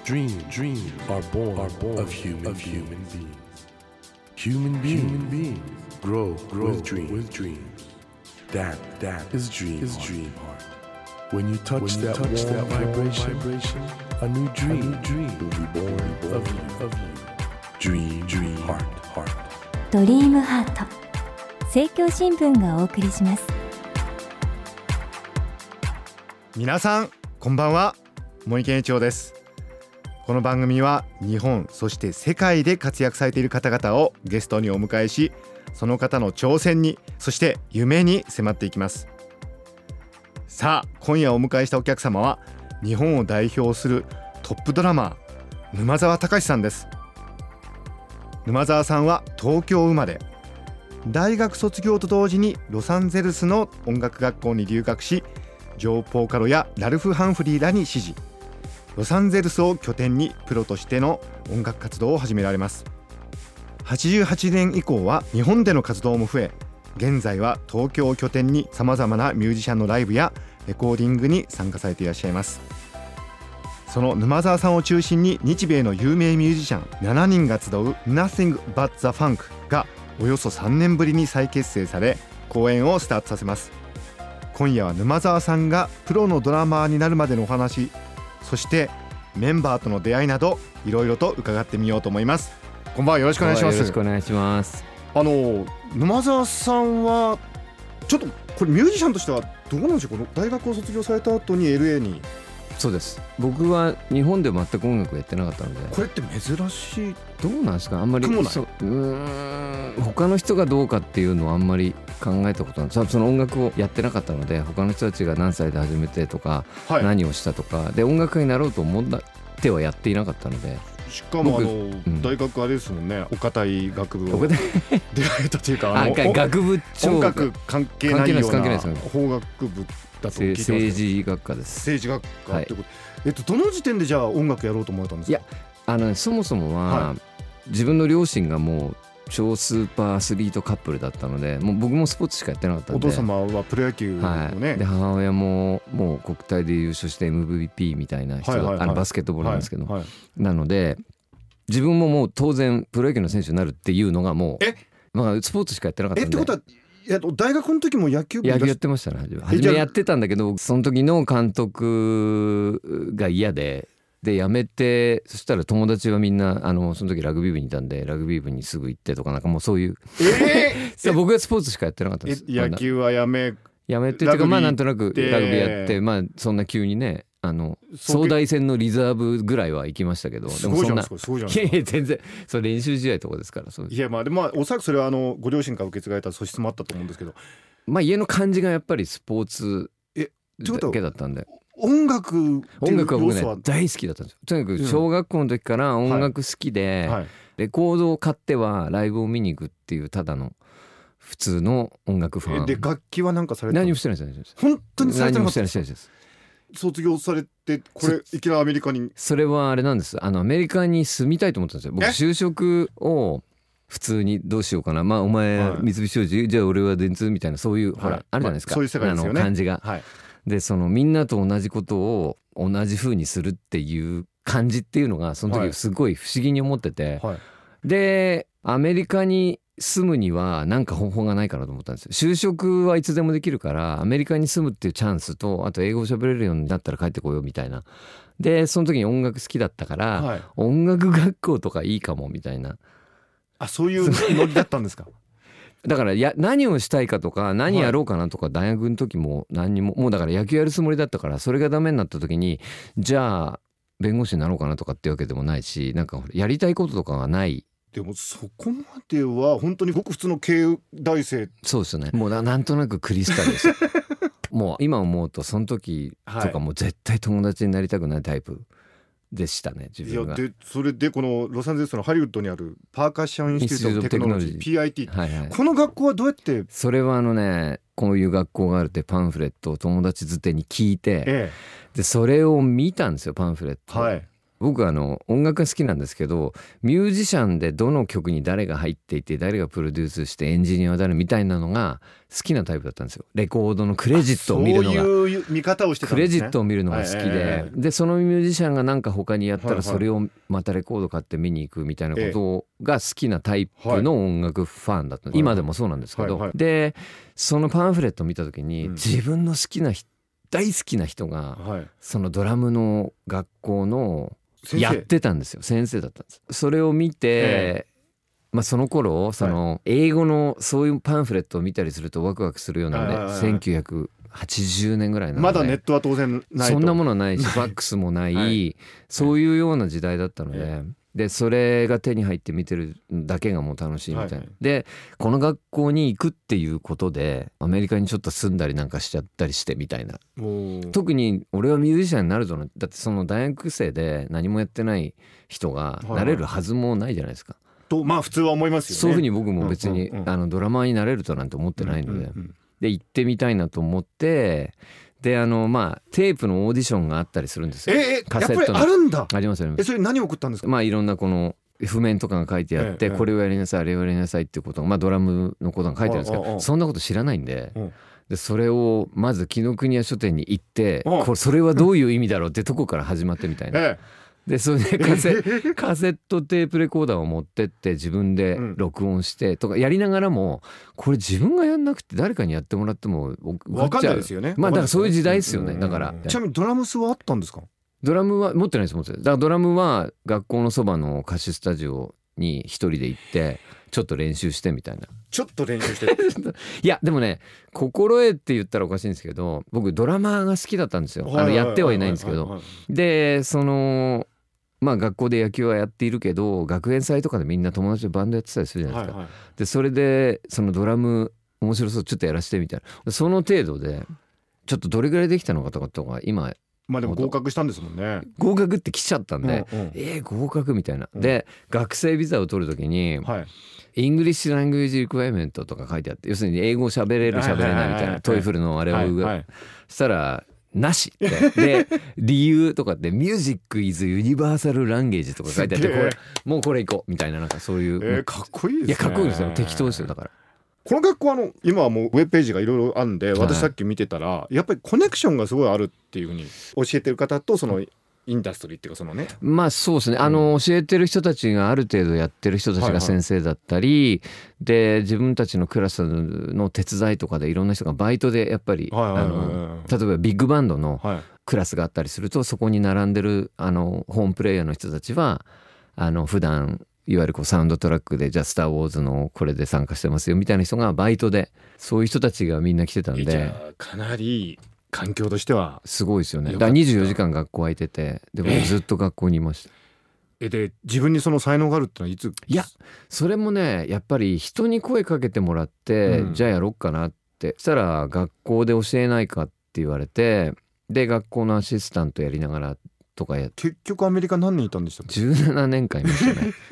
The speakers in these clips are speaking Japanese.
Dreams are born of human beings. Human beings grow with dreams. That is dream heart. When you touch that vibration, a new dream will be born of you. Dream heart. ドリームハート、政教新聞がお送りします。 皆さんこんばんは、森健一郎です。この番組は日本そして世界で活躍されている方々をゲストにお迎えし、その方の挑戦にそして夢に迫っていきます。さあ今夜お迎えしたお客様は日本を代表するトップドラマー沼澤隆さんです。沼澤さんは東京生まれ、大学卒業と同時にロサンゼルスの音楽学校に留学し、ジョー・ポーカロやラルフ・ハンフリーらに師事、ロサンゼルスを拠点にプロとしての音楽活動を始められます。88年以降は日本での活動も増え、現在は東京を拠点にさまざまなミュージシャンのライブやレコーディングに参加されていらっしゃいます。その沼澤さんを中心に日米の有名ミュージシャン7人が集う Nothing But The Funk がおよそ3年ぶりに再結成され、公演をスタートさせます。今夜は沼澤さんがプロのドラマーになるまでのお話、そしてメンバーとの出会いなどいろいろと伺ってみようと思います。こんばんは、よろしくお願いします。 よろしくお願いします。 沼澤さんはちょっとこれミュージシャンとしてはどうなんでしょう。この大学を卒業された後に LA に。 そうです。僕は日本で全く音楽やってなかったので。 これって珍しい。 どうなんですか。あんまりない。 他の人がどうかっていうのはあんまり考えたことない。その音楽をやってなかったので、他の人たちが何歳で始めてとか、はい、何をしたとかで音楽家になろうと思ってはやっていなかったので。 しかも大学あれですもんね、お堅い学部を出会えたというか、 学部長音楽関係ないような法学部だと聞いてます。 政治学科です。 政治学科ってこと、はい、どの時点でじゃあ音楽やろうと思われたんですか。 いや、そもそもは、自分の両親がもう超スーパーアスリートカップルだったので、もう僕もスポーツしかやってなかったので。 お父様はプロ野球のね、 で母親ももう国体で優勝して MVP みたいな人だ、バスケットボールなんですけど、なので自分ももう当然プロ野球の選手になるっていうのがもうスポーツしかやってなかったんで。 ってことは大学の時も野球部やってましたね。初めやってたんだけど、その時の監督が嫌で辞めて、そしたら友達はみんなその時ラグビー部にいたんで、ラグビー部にすぐ行ってとか、なんかもうそういう僕はスポーツしかやってなかったんです。 野球はやめっていうか、まあなんとなくラグビーやって、まあそんな急にね、総大戦のリザーブぐらいは行きましたけど、 でもそんな、いや全然それ練習試合とかですから。 いや、でもおそらくそれはご両親から受け継がれた素質もあったと思うんですけど、 家の感じがやっぱりスポーツだけだったんで。 音楽は僕ね大好きだったんですよ。とにかく小学校の時から音楽好きで、レコードを買ってはライブを見に行くっていう、ただの普通の音楽ファンで。楽器は何かされて何もしてないです。 本当にされてなかった。 何もしてないです。 卒業されてこれいきなりアメリカに。 それはあれなんです。アメリカに住みたいと思ったんですよ。僕就職を普通にどうしようかな、お前三菱商事、じゃあ俺は電通みたいな、そういう、ほらあるじゃないですか、 そういう世界ですよね、 感じが、でみんなと同じことを同じ風にするっていう感じっていうのがその時すごい不思議に思ってて、でアメリカに住むには何か方法がないかなと思ったんですよ。就職はいつでもできるからアメリカに住むっていうチャンスと、あと英語を喋れるようになったら帰ってこようみたいな。でその時に音楽好きだったから、音楽学校とかいいかもみたいな。 そういうノリだったんですか。 だから何をしたいかとか何やろうかなとか、大学の時も何にも、もうだから野球やるつもりだったから、それがダメになった時にじゃあ弁護士になろうかなとかっていうわけでもないし、なんかやりたいこととかがない。 でもそこまでは本当にごく普通の慶大生。 そうですよね。もうなんとなくクリスタルですもう今思うとその時とかもう絶対友達になりたくないタイプでしたね、自分が。 でそれでこのロサンゼルスのハリウッドにあるパーカッションインスティテュート・テクノロジー PIT、この学校はどうやって。 それはこういう学校があるってパンフレットを友達づてに聞いて、でそれを見たんですよ、パンフレット、 僕は音楽が好きなんですけど、ミュージシャンでどの曲に誰が入っていて誰がプロデュースしてエンジニアは誰みたいなのが好きなタイプだったんですよ。レコードのクレジットを見るのが、 そういう見方をしてたんですね。 クレジットを見るのが好きで、でそのミュージシャンがなんか他にやったらそれをまたレコード買って見に行くみたいなことが好きなタイプの音楽ファンだった、今でもそうなんですけど、でそのパンフレットを見た時に、自分の好きな大好きな人が、そのドラムの学校のやってたんですよ。先生だったんです。それを見て、その頃その英語のそういうパンフレットを見たりするとワクワクするようなね、1980年ぐらいなので、 まだネットは当然ないと、 そんなものはないしファックスもない、そういうような時代だったので、でそれが手に入って見てるだけがもう楽しいみたいな、でこの学校に行くっていうことでアメリカにちょっと住んだりなんかしちゃったりしてみたいな。特に俺はミュージシャンになると、だってその大学生で何もやってない人がなれるはずもないじゃないですか、 と普通は思いますよね。 そういうふうに僕も別に、ドラマーになれるとなんて思ってないので、で行ってみたいなと思って、でテープのオーディションがあったりするんですよ。カセットのやっぱりあるんだ。 ありますよね。 それ何を送ったんですか。 いろんなこの譜面とかが書いてあって、これをやりなさいあれをやりなさいっていうことが、ドラムのことが書いてあるんですけど、そんなこと知らないんで、でそれをまず紀ノ国屋書店に行って、それはどういう意味だろうってとこから始まってみたいな。でそれでカセットテープレコーダーを持ってって自分で録音してとかやりながらも、これ自分がやんなくて誰かにやってもらっても分かんないですよね。 だからそういう時代ですよね。だからちなみにドラムスはあったんですか。 ドラムは持ってないです。だからドラムは学校のそばの歌手スタジオに一人で行ってちょっと練習してみたいな。 ちょっと練習していやでもね、心得って言ったらおかしいんですけど、僕ドラマーが好きだったんですよ。やってはいないんですけど、でその学校で野球はやっているけど、学園祭とかでみんな友達でバンドやってたりするじゃないですか、でそれでそのドラム面白そうちょっとやらせてみたいな、その程度でちょっとどれぐらいできたのかとか今でも合格したんですもんね。 合格って来ちゃったんで、合格みたいな、で学生ビザを取るときに、イングリッシュラングエージリクワイアメントとか書いてあって、要するに英語喋れる喋れないみたいな、トイフルのあれをしたらなしってで理由とかってミュージックイズユニバーサルランゲージとか書いてあって、これ行こうみたいな、なんかそういう、 かっこいいですね。 いやかっこいいですよ。適当ですよ。だからこの学校今はもうウェブページがいろいろあるんで、私さっき見てたらやっぱりコネクションがすごいあるっていうふうに教えてる方とそのインダストリーっていうかそのね、 そうですね、教えてる人たちがある程度やってる人たちが先生だったり、で自分たちのクラスの手伝いとかでいろんな人がバイトでやっぱり、例えばビッグバンドのクラスがあったりすると、そこに並んでるホームプレイヤーの人たちは普段いわゆるサウンドトラックでじゃあスターウォーズのこれで参加してますよみたいな人がバイトで、そういう人たちがみんな来てたんで、 かなり環境としてはすごいですよね。だから24時間学校空いてて、でもずっと学校にいました。 で自分にその才能があるってのはいつ？ いやそれもね、やっぱり人に声かけてもらって、じゃあやろっかなって、そしたら学校で教えないかって言われて、で学校のアシスタントやりながらとか結局アメリカ何年いたんでしたっけ ？17年間いましたね。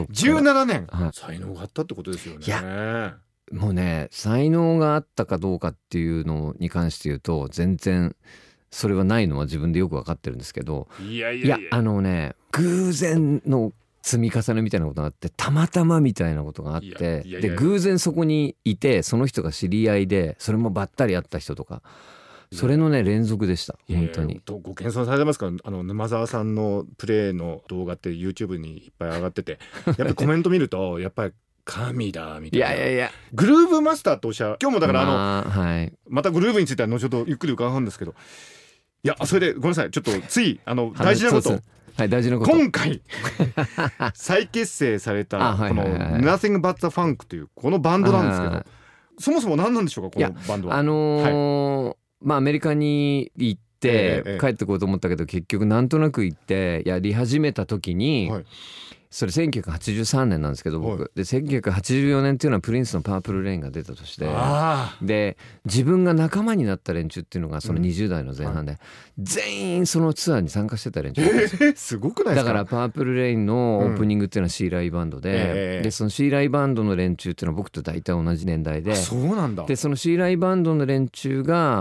17年、才能があったってことですよね。 いやもうね、才能があったかどうかっていうのに関して言うと全然それはないのは自分でよく分かってるんですけど、いや偶然の積み重ねみたいなことがあって、たまたまみたいなことがあって、で偶然そこにいて、その人が知り合いで、それもばったり会った人とか、それのね連続でした。本当にご謙遜されてますから、沼沢さんのプレーの動画って YouTube にいっぱい上がってて、やっぱりコメント見るとやっぱり神だみたいな。いやグルーブマスターとおっしゃる。今日もだからまたグルーブについては後ほどゆっくり伺うんですけど、いやそれでごめんなさい、ちょっとつい大事なこと大事なこと、 今回再結成されたこの Nothing But the Funk というこのバンドなんですけど、そもそも何なんでしょうかこのバンドは。 アメリカに行って帰ってこようと思ったけど、結局なんとなく行ってやり始めた時に、それ1983年なんですけど僕で、1984年っていうのはプリンスのパープルレインが出た年で、で自分が仲間になった連中っていうのがその20代の前半で、全員そのツアーに参加してた連中なんですよ。 すごくないですか。 だからパープルレインのオープニングっていうのはシーライバンドで、でそのシーライバンドの連中っていうのは僕と大体同じ年代で、 そうなんだ。 でそのシーライバンドの連中が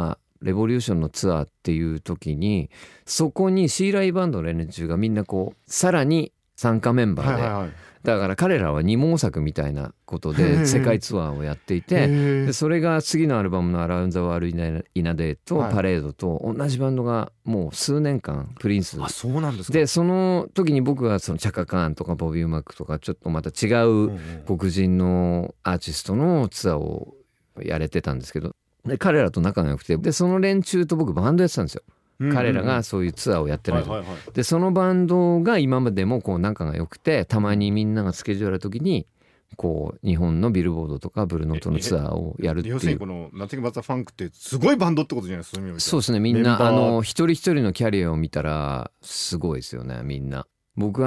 レボリューションのツアーっていう時にそこにシーライバンドの連中がみんなこうさらに参加メンバーで、はいはいはい、だから彼らは二毛作みたいなことで世界ツアーをやっていてでそれが次のアルバムのアラウンザワールイナデーとパレードと同じバンドがもう数年間プリンスそうなんですか。 でその時に僕はそのチャカ・カーンとかボビー・ウマックとかちょっとまた違う黒人のアーティストのツアーをやれてたんですけどで彼らと仲が良くてでその連中と僕バンドやってたんですよ。彼らがそういうツアーをやってるんですよ、でそのバンドが今までもこう仲が良くてたまにみんながスケジュールやる時にこう日本のビルボードとかブルーノートのツアーをやるっていう要するにこのナッティングバッツザファンクってすごいバンドってことじゃないですか。 そうですねみんな一人一人のキャリアを見たらすごいですよねみんな。僕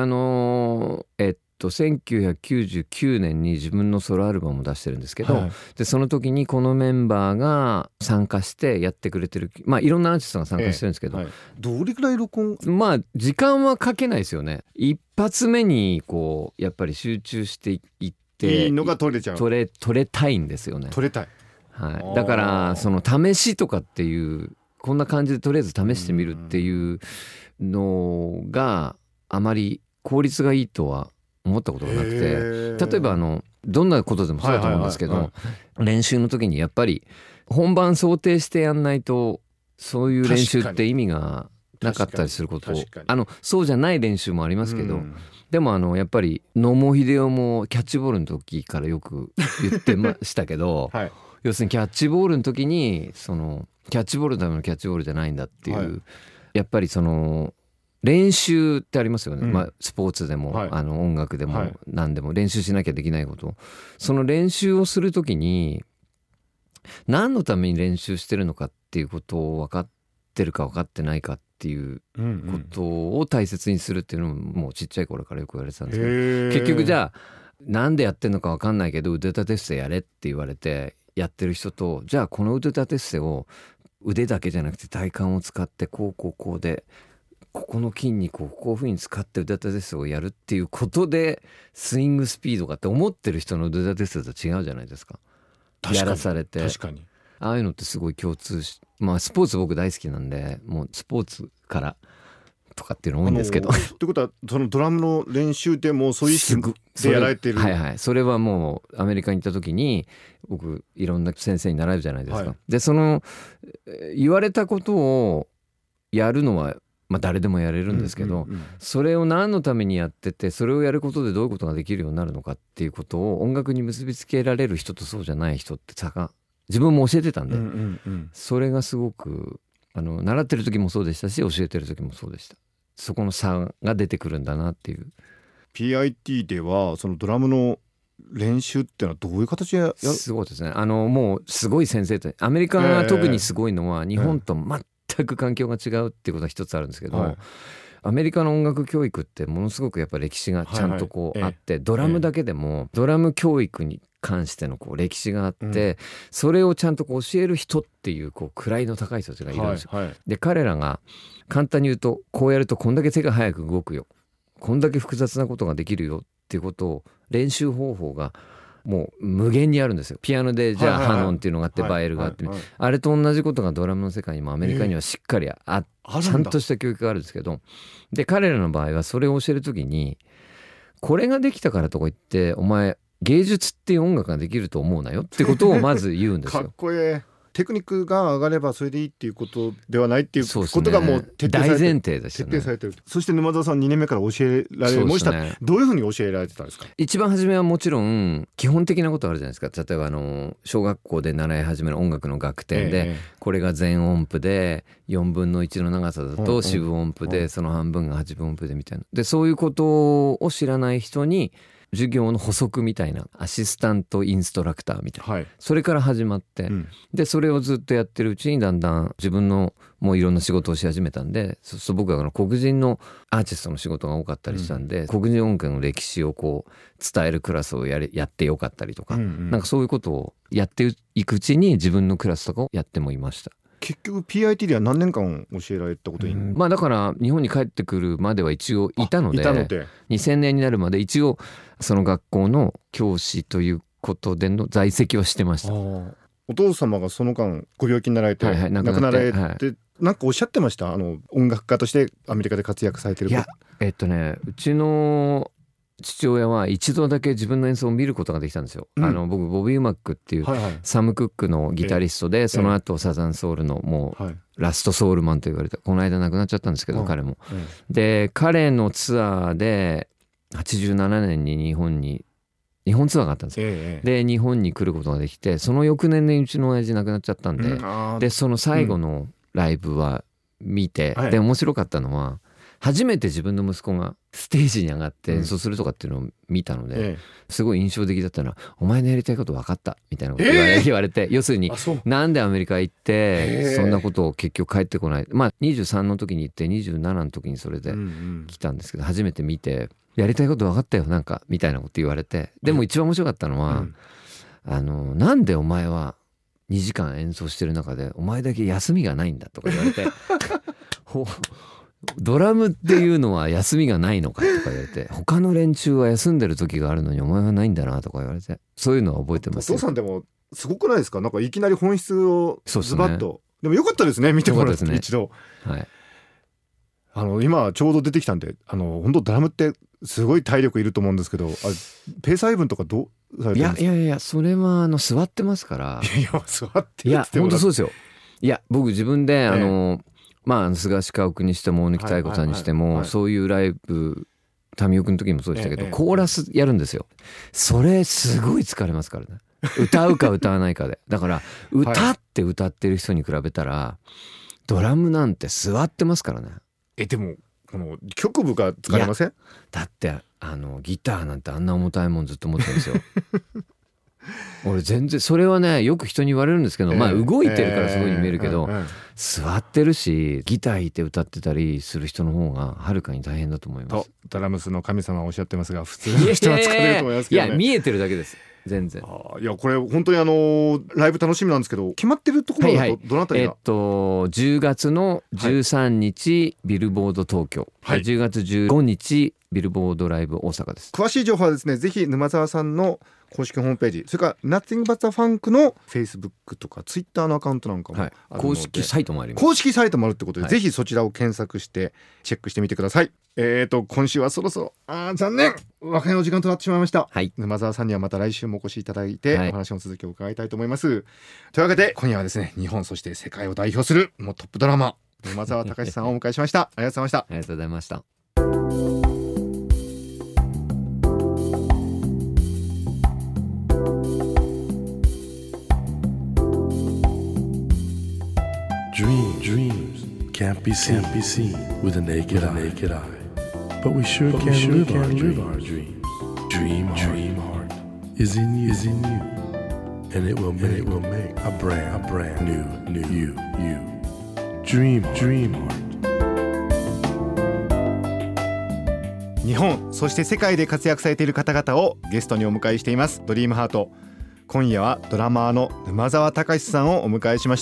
1999年に自分のソロアルバムを出してるんですけど、はい、でその時にこのメンバーが参加してやってくれてるまあいろんなアーティストが参加してるんですけど、はい、 どれくらい録音まあ時間はかけないですよね。一発目にこうやっぱり集中していっていいのが取れちゃう取れたいんですよね。 取れたい、 はい、だからその試しとかっていうこんな感じでとりあえず試してみるっていうのがあまり効率がいいとは思ったことがなくて例えばどんなことでもそうだと思うんですけど、練習の時にやっぱり本番想定してやんないとそういう練習って意味がなかったりすることそうじゃない練習もありますけど、でもやっぱり野茂英雄もキャッチボールの時からよく言ってましたけど、はい、要するにキャッチボールの時にそのキャッチボールのためのキャッチボールじゃないんだっていう、はい、やっぱりその練習ってありますよね、まあ、スポーツでも、はい、音楽でも何でも練習しなきゃできないこと、その練習をするときに何のために練習してるのかっていうことを分かってるか分かってないかっていうことを大切にするっていうのももうちっちゃい頃からよく言われてたんですけど、結局じゃあなんでやってんのか分かんないけど腕立て伏せやれって言われてやってる人と、じゃあこの腕立て伏せを腕だけじゃなくて体幹を使ってこうでここの筋肉をこういう風に使って腕立て伏せをやるっていうことでスイングスピードがって思ってる人の腕立て伏せと違うじゃないですか。やらされて確かにああいうのってすごい共通し、まあスポーツ僕大好きなんでもうスポーツからとかっていうの多いんですけどってことはそのドラムの練習でもそういう意識でやられてる。 はいはい、それはもうアメリカに行った時に僕いろんな先生に習うじゃないですか、はい、でその言われたことをやるのはまあ、誰でもやれるんですけど、それを何のためにやっててそれをやることでどういうことができるようになるのかっていうことを音楽に結びつけられる人とそうじゃない人って自分も教えてたんで、それがすごく習ってる時もそうでしたし教えてる時もそうでした。そこの差が出てくるんだなっていう。 PIT ではそのドラムの練習っていうのはどういう形でやる？ すごいですね。もうすごい先生ってアメリカが特にすごいのは日本と全く環境が違うっていうことは一つあるんですけど、アメリカの音楽教育ってものすごくやっぱ歴史がちゃんとこうあって、ドラムだけでもドラム教育に関してのこう歴史があって、それをちゃんとこう教える人っていうこう位の高い人たちがいるんですよ、で彼らが簡単に言うとこうやるとこんだけ手が速く動くよ、こんだけ複雑なことができるよっていうことを練習方法がもう無限にあるんですよ。ピアノでじゃあハノンっていうのがあってバエルがあって、あれと同じことがドラムの世界にもアメリカにはしっかりちゃんとした教育があるんですけど、で彼らの場合はそれを教えるときにこれができたからとか言ってお前芸術っていう音楽ができると思うなよってことをまず言うんですよ。 かっこいい。テクニックが上がればそれでいいっていうことではないっていうことがもう徹底されてる、 大前提ですよね。 徹底されてる。そして沼澤さん2年目から教えられました、どういうふうに教えられてたんですか？ 一番初めはもちろん基本的なことあるじゃないですか。例えば小学校で習い始める音楽の楽典で、これが全音符で4分の1の長さだと四分音符で、その半分が8分音符でみたいな。でそういうことを知らない人に授業の補足みたいなアシスタントインストラクターみたいな、それから始まって、でそれをずっとやってるうちにだんだん自分のもういろんな仕事をし始めたんで、そうすると僕は黒人のアーティストの仕事が多かったりしたんで、黒人音楽の歴史をこう伝えるクラスをやってよかったりとか、なんかそういうことをやっていくうちに自分のクラスとかをやってもいました。 結局 PIT では何年間教えられたことに、 まあだから日本に帰ってくるまでは一応いたので2000年になるまで一応その学校の教師ということでの在籍はしてました。 お父様がその間ご病気になられて、亡くなられて、なんかおっしゃってました？音楽家としてアメリカで活躍されてる。 いやうちの父親は一度だけ自分の演奏を見ることができたんですよ、僕ボビー・ウマックっていう、サム・クックのギタリストで、その後サザンソウルのもう、ラストソウルマンと言われた、この間亡くなっちゃったんですけど、彼も、で彼のツアーで87年に日本ツアーがあったんですよ、で日本に来ることができて、その翌年にうちの親父亡くなっちゃったんで、でその最後のライブは見て、で面白かったのは初めて自分の息子がステージに上がって演奏するとかっていうのを見たので、すごい印象的だったのは、お前のやりたいこと分かったみたいなこと言われて、要するになんでアメリカ行ってそんなことを結局帰ってこない、23の時に行って27の時にそれで来たんですけど、初めて見てやりたいこと分かったよなんかみたいなこと言われて、でも一番面白かったのは、なんでお前は2時間演奏してる中でお前だけ休みがないんだとか言われてドラムっていうのは休みがないのかとか言われて、他の連中は休んでる時があるのにお前はないんだなとか言われて、そういうのは覚えてますよ。 お父さんでもすごくないですか？なんかいきなり本質をズバッと、でもよかったですね、見てもらって、一度、今ちょうど出てきたんで、本当ドラムってすごい体力いると思うんですけど、ペース配分とかどうされてるんですか？いやそれは座ってますから。いや座ってるって本当そうですよ。いや僕自分で菅氏家屋にしても大貫妙子さんにしても、そういうライブ民生君の時もそうでしたけど、コーラスやるんですよ。それすごい疲れますからね。歌うか歌わないかで。だから歌ってる人に比べたらドラムなんて座ってますからね。 でもこの局部が疲れません？ だってギターなんてあんな重たいもんずっと持ってるんですよ俺全然それはねよく人に言われるんですけど、動いてるからすごいに見えるけど、座ってるしギター弾いて歌ってたりする人の方がはるかに大変だと思います。 ドラムスの神様はおっしゃってますが、普通の人は疲れると思いますけどね。 いや見えてるだけです全然。 いやこれ本当にライブ楽しみなんですけど、決まってるところだとどのあたりが ？10月の13日、ビルボード東京、10月15日ビルボードライブ大阪です。 詳しい情報はですね、ぜひ沼沢さんの公式ホームページ、それから Nothing But the Funk の Facebook とか Twitter のアカウントなんかもあるので、 公式サイトもあります。 公式サイトもあるってことで、ぜひそちらを検索してチェックしてみてください。今週はそろそろ残念和歌の時間となってしまいました、沼沢さんにはまた来週もお越しいただいて、お話の続きを伺いたいと思います。というわけで今夜はですね、日本そして世界を代表するもうトップドラマー沼沢隆さんをお迎えしましたありがとうございました。 ありがとうございました。 Dreams can't be seen with a naked eye. But we sure can live our dreams. Dream heart is in you, and it will make a brand new you. Dream heart. 日本そして世界で活躍されている方々をゲストにお迎えしていますドリームハート。今夜はドラマーの沼沢隆さんをお迎えしました。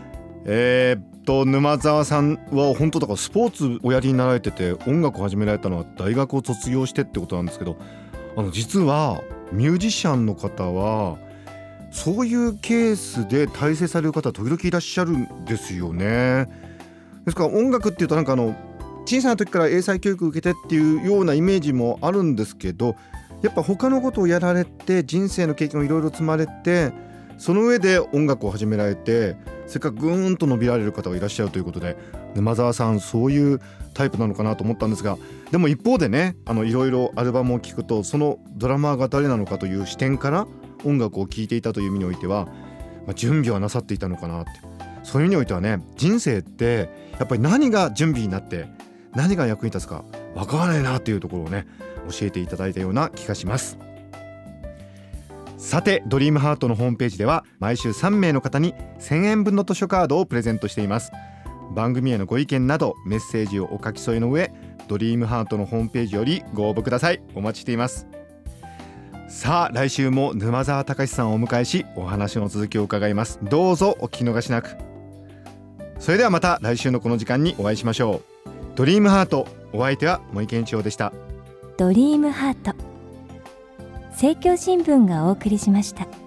沼沢さんは本当だからスポーツをやりになられてて、音楽を始められたのは大学を卒業してってことなんですけど、実はミュージシャンの方はそういうケースで大成される方時々いらっしゃるんですよね。ですから音楽っていうとなんか小さな時から英才教育を受けてっていうようなイメージもあるんですけど、やっぱ他のことをやられて人生の経験をいろいろ積まれて、その上で音楽を始められて、それからぐーんと伸びられる方がいらっしゃるということで、沼沢さんそういうタイプなのかなと思ったんですが、でも一方でね、いろいろアルバムを聴くとそのドラマーが誰なのかという視点から音楽を聴いていたという意味においては、準備はなさっていたのかなって。そういう意味においてはね、人生ってやっぱり何が準備になって何が役に立つか分からないなっていうところをね教えていただいたような気がします。さてドリームハートのホームページでは毎週3名の方に1000円分の図書カードをプレゼントしています。番組へのご意見などメッセージをお書き添えの上、ドリームハートのホームページよりご応募ください。お待ちしています。さあ来週も沼沢隆さんをお迎えし、お話の続きを伺います。どうぞお聞き逃しなく。それではまた来週のこの時間にお会いしましょう。ドリームハート、お相手は森健一郎でした。 ドリームハート、政教新聞がお送りしました。